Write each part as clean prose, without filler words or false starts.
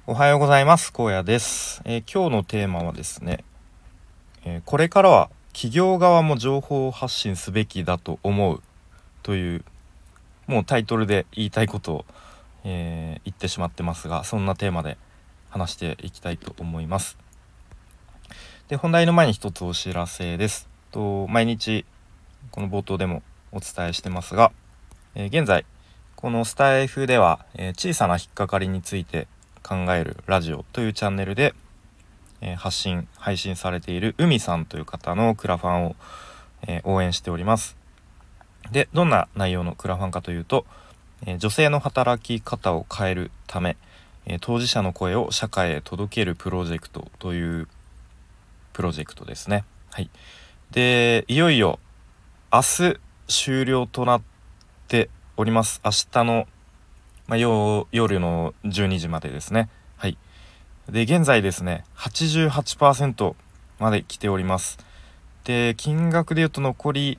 おはようございます。荒野です。今日のテーマはですね、これからは企業側も情報を発信すべきだと思うというもうタイトルで言いたいことを、言ってしまってますが、そんなテーマで話していきたいと思います。で、本題の前に一つお知らせです。毎日この冒頭でもお伝えしてますが、現在このスタイフでは、小さな引っかかりについて考えるラジオというチャンネルで、配信されている海さんという方のクラファンを、応援しております。で、どんな内容のクラファンかというと、女性の働き方を変えるため、当事者の声を社会へ届けるプロジェクトというプロジェクトですね。はい。で、いよいよ明日終了となっております。明日の、夜の12時までですね。はい。で、現在ですね、88% まで来ております。で、金額で言うと残り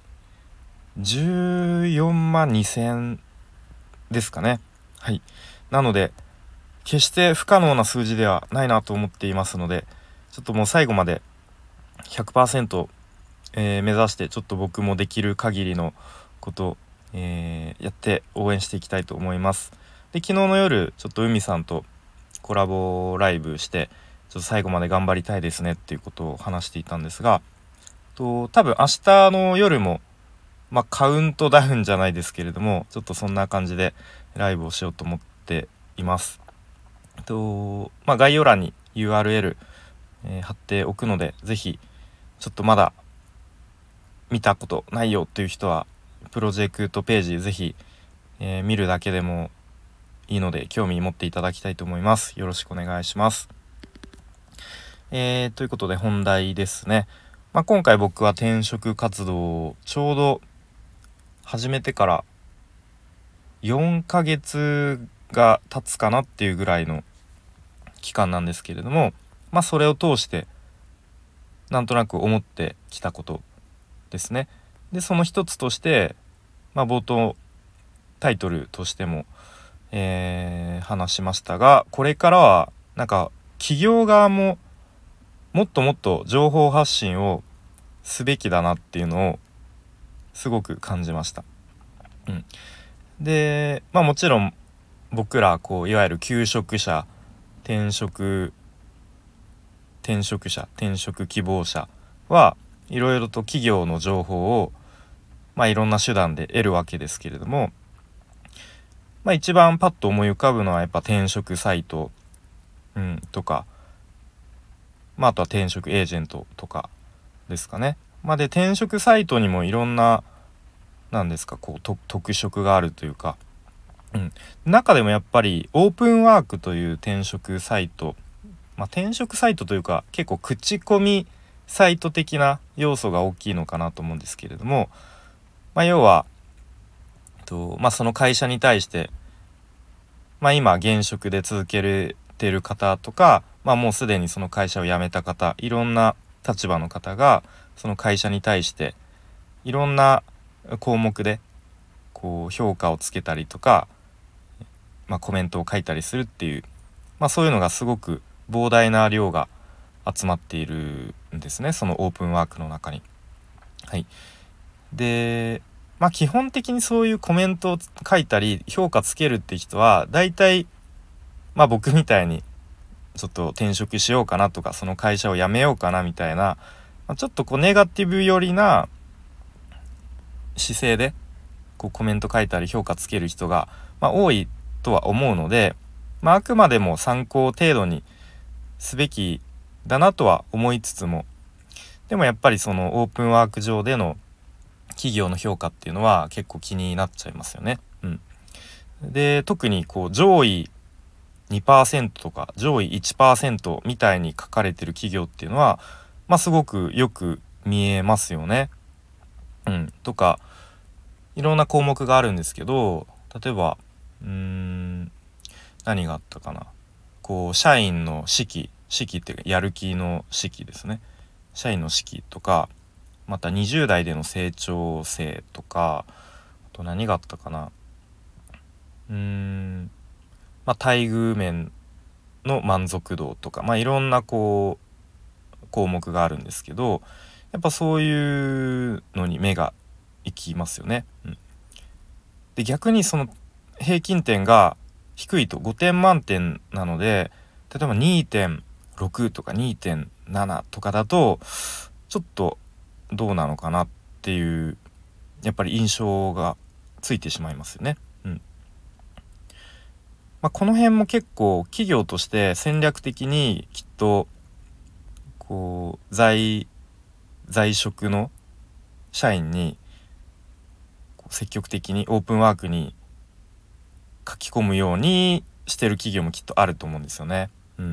14万2000ですかね。はい。なので、決して不可能な数字ではないなと思っていますので、ちょっともう最後まで100%、目指して、ちょっと僕もできる限りのことを、やって応援していきたいと思います。で、昨日の夜、ちょっと海さんとコラボライブして、ちょっと最後まで頑張りたいですねっていうことを話していたんですが、多分明日の夜も、カウントダウンじゃないですけれども、ちょっとそんな感じでライブをしようと思っています。概要欄に URL、貼っておくので、ぜひちょっとまだ見たことないよという人はプロジェクトページぜひ、見るだけでもいいので興味持っていただきたいと思います。よろしくお願いします。ということで本題ですね。今回僕は転職活動をちょうど始めてから4ヶ月が経つかなっていうぐらいの期間なんですけれども、それを通してなんとなく思ってきたことですね。で、その一つとして、冒頭タイトルとしても、話しましたが、これからはなんか企業側ももっともっと情報発信をすべきだなっていうのをすごく感じました。で、もちろん僕らいわゆる求職者、転職転職希望者はいろいろと企業の情報をいろんな手段で得るわけですけれども、一番パッと思い浮かぶのはやっぱ転職サイト、とか、あとは転職エージェントとかですかね。で、転職サイトにもいろんな特色があるというか、中でもやっぱりオープンワークという転職サイト、転職サイトというか結構口コミサイト的な要素が大きいのかなと思うんですけれども、要はその会社に対して、今現職で続けてる方とか、もうすでにその会社を辞めた方、いろんな立場の方がその会社に対していろんな項目で評価をつけたりとか、コメントを書いたりするっていう、そういうのがすごく膨大な量が集まっているんですね、そのオープンワークの中に。はい。で、基本的にそういうコメントを書いたり評価つけるって人は大体僕みたいにちょっと転職しようかなとか、その会社を辞めようかなみたいな、ちょっとネガティブ寄りな姿勢でコメント書いたり評価つける人が、多いとは思うので、あくまでも参考程度にすべきだなとは思いつつも、でもやっぱりそのオープンワーク上での企業の評価っていうのは結構気になっちゃいますよね。で、特に上位2% とか上位 1% みたいに書かれてる企業っていうのは、すごくよく見えますよね。とかいろんな項目があるんですけど、例えば何があったかな、社員の士気っていうかやる気の士気ですね。社員の士気とか、また20代での成長性とか、あと何があったかな、待遇面の満足度とか、いろんなこう項目があるんですけど、やっぱそういうのに目が行きますよね。で逆にその平均点が低いと5点満点なので、例えば 2.6 とか 2.7 とかだとちょっとどうなのかなっていうやっぱり印象がついてしまいますよね。この辺も結構企業として戦略的にきっとこう在職の社員に積極的にオープンワークに書き込むようにしてる企業もきっとあると思うんですよね。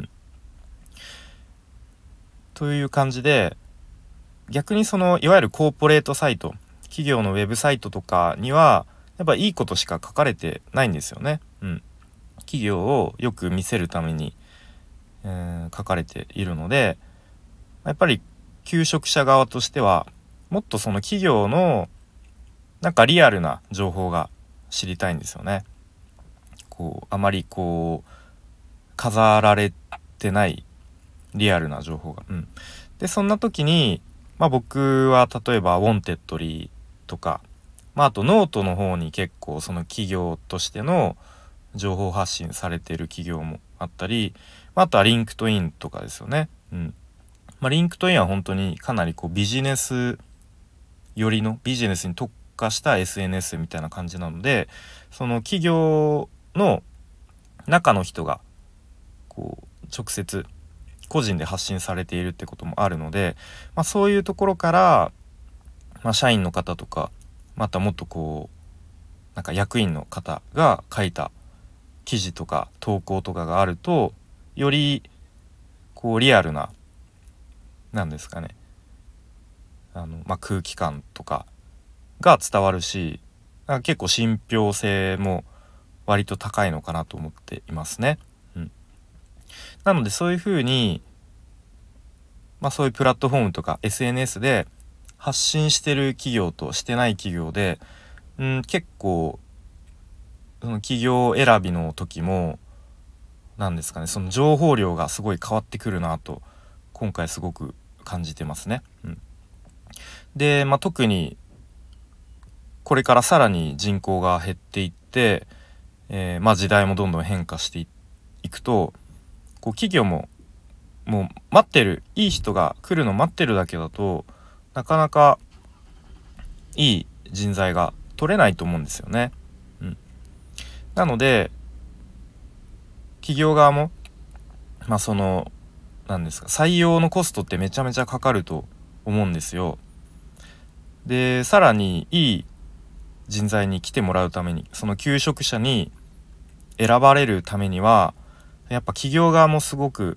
という感じで、逆にそのいわゆるコーポレートサイト、企業のウェブサイトとかにはやっぱいいことしか書かれてないんですよね。企業をよく見せるために、書かれているので、やっぱり求職者側としてはもっとその企業のなんかリアルな情報が知りたいんですよね。あまり飾られてないリアルな情報が。でそんな時に、僕は例えばウォンテッドリーとか、あとノートの方に結構その企業としての情報発信されている企業もあったり、あとはリンクトインとかですよね。リンクトインは本当にかなりビジネス寄りのビジネスに特化した SNS みたいな感じなので、その企業の中の人が直接個人で発信されているってこともあるので、そういうところから、社員の方とかまたもっとなんか役員の方が書いた記事とか投稿とかがあると、よりリアルななんですかね、空気感とかが伝わるし、結構信憑性も割と高いのかなと思っていますね。なのでそういうふうに、そういうプラットフォームとか SNS で発信してる企業としてない企業で、結構その企業選びの時もなんですかね、その情報量がすごい変わってくるなと今回すごく感じてますね。で、特にこれからさらに人口が減っていって、時代もどんどん変化していくと、企業ももう待ってる、いい人が来るの待ってるだけだとなかなかいい人材が取れないと思うんですよね。なので企業側もそのなんですか、採用のコストってめちゃめちゃかかると思うんですよ。でさらにいい人材に来てもらうために、その求職者に選ばれるためにはやっぱ企業側もすごく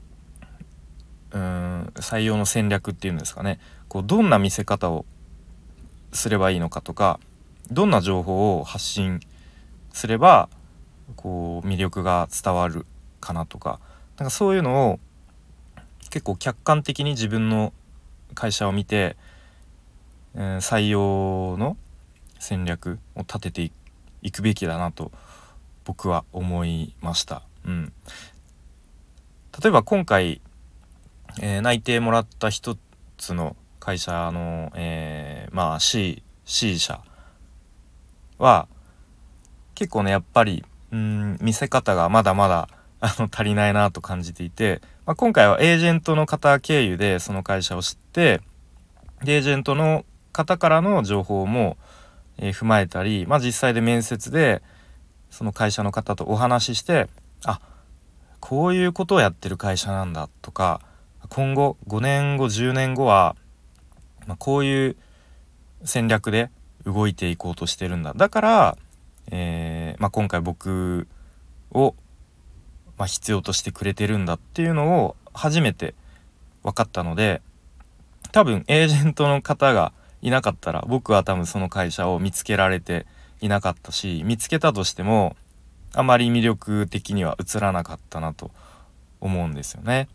採用の戦略っていうんですかね、どんな見せ方をすればいいのかとか、どんな情報を発信すれば魅力が伝わるかなとか、なんかそういうのを結構客観的に自分の会社を見て、採用の戦略を立てていくべきだなと僕は思いました。例えば今回、内定もらった一つの会社の、C 社は結構ねやっぱり見せ方がまだまだ足りないなと感じていて、今回はエージェントの方経由でその会社を知って、エージェントの方からの情報も、踏まえたり、実際で面接でその会社の方とお話しして、こういうことをやってる会社なんだとか、今後5年後10年後は、こういう戦略で動いていこうとしてるんだ、だから、今回僕を、必要としてくれてるんだっていうのを初めて分かったので、多分エージェントの方がいなかったら僕は多分その会社を見つけられていなかったし、見つけたとしてもあまり魅力的には映らなかったなと思うんですよね。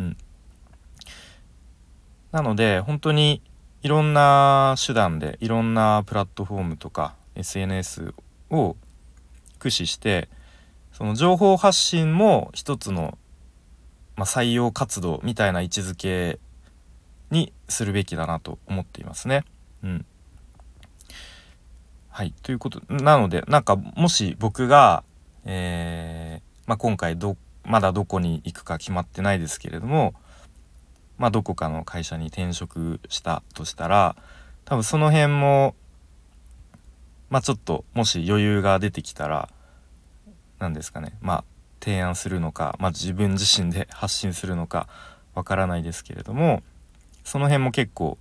なので本当にいろんな手段でいろんなプラットフォームとか SNS を駆使して、その情報発信も一つの採用活動みたいな位置づけにするべきだなと思っていますね。はい、ということなので、なんかもし僕が、今回まだどこに行くか決まってないですけれども、どこかの会社に転職したとしたら、多分その辺もちょっともし余裕が出てきたら何ですかね、提案するのか、自分自身で発信するのかわからないですけれども、その辺も結構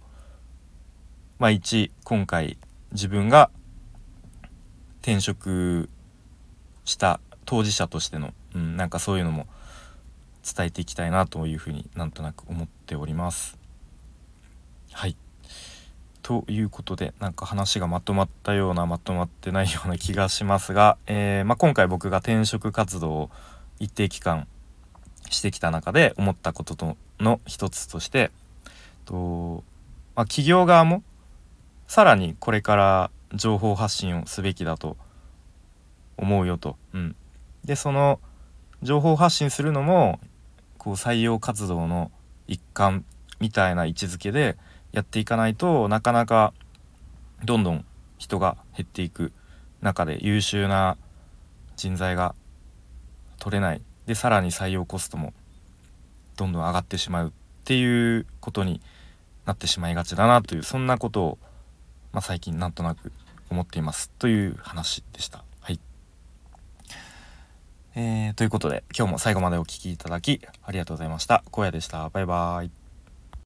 今回自分が転職した当事者としての、なんかそういうのも伝えていきたいなというふうになんとなく思っております。はい、ということで、なんか話がまとまったようなまとまってないような気がしますが、今回僕が転職活動を一定期間してきた中で思ったことの一つとして、企業側もさらにこれから情報発信をすべきだと思うよと。でその情報発信するのも採用活動の一環みたいな位置づけでやっていかないと、なかなかどんどん人が減っていく中で優秀な人材が取れない、でさらに採用コストもどんどん上がってしまうっていうことになってしまいがちだなという、そんなことを、最近なんとなく思っていますという話でした。はい、ということで今日も最後までお聞きいただきありがとうございました。荒野でした。バイバイ。